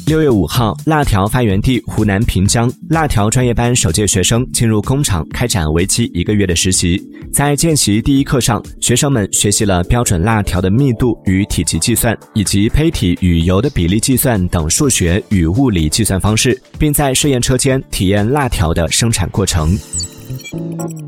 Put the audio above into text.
6月5号，辣条发源地湖南平江，辣条专业班首届学生进入工厂开展为期1个月的实习。在见习第一课上，学生们学习了标准辣条的密度与体积计算，以及胚体与油的比例计算等数学与物理计算方式，并在试验车间体验辣条的生产过程。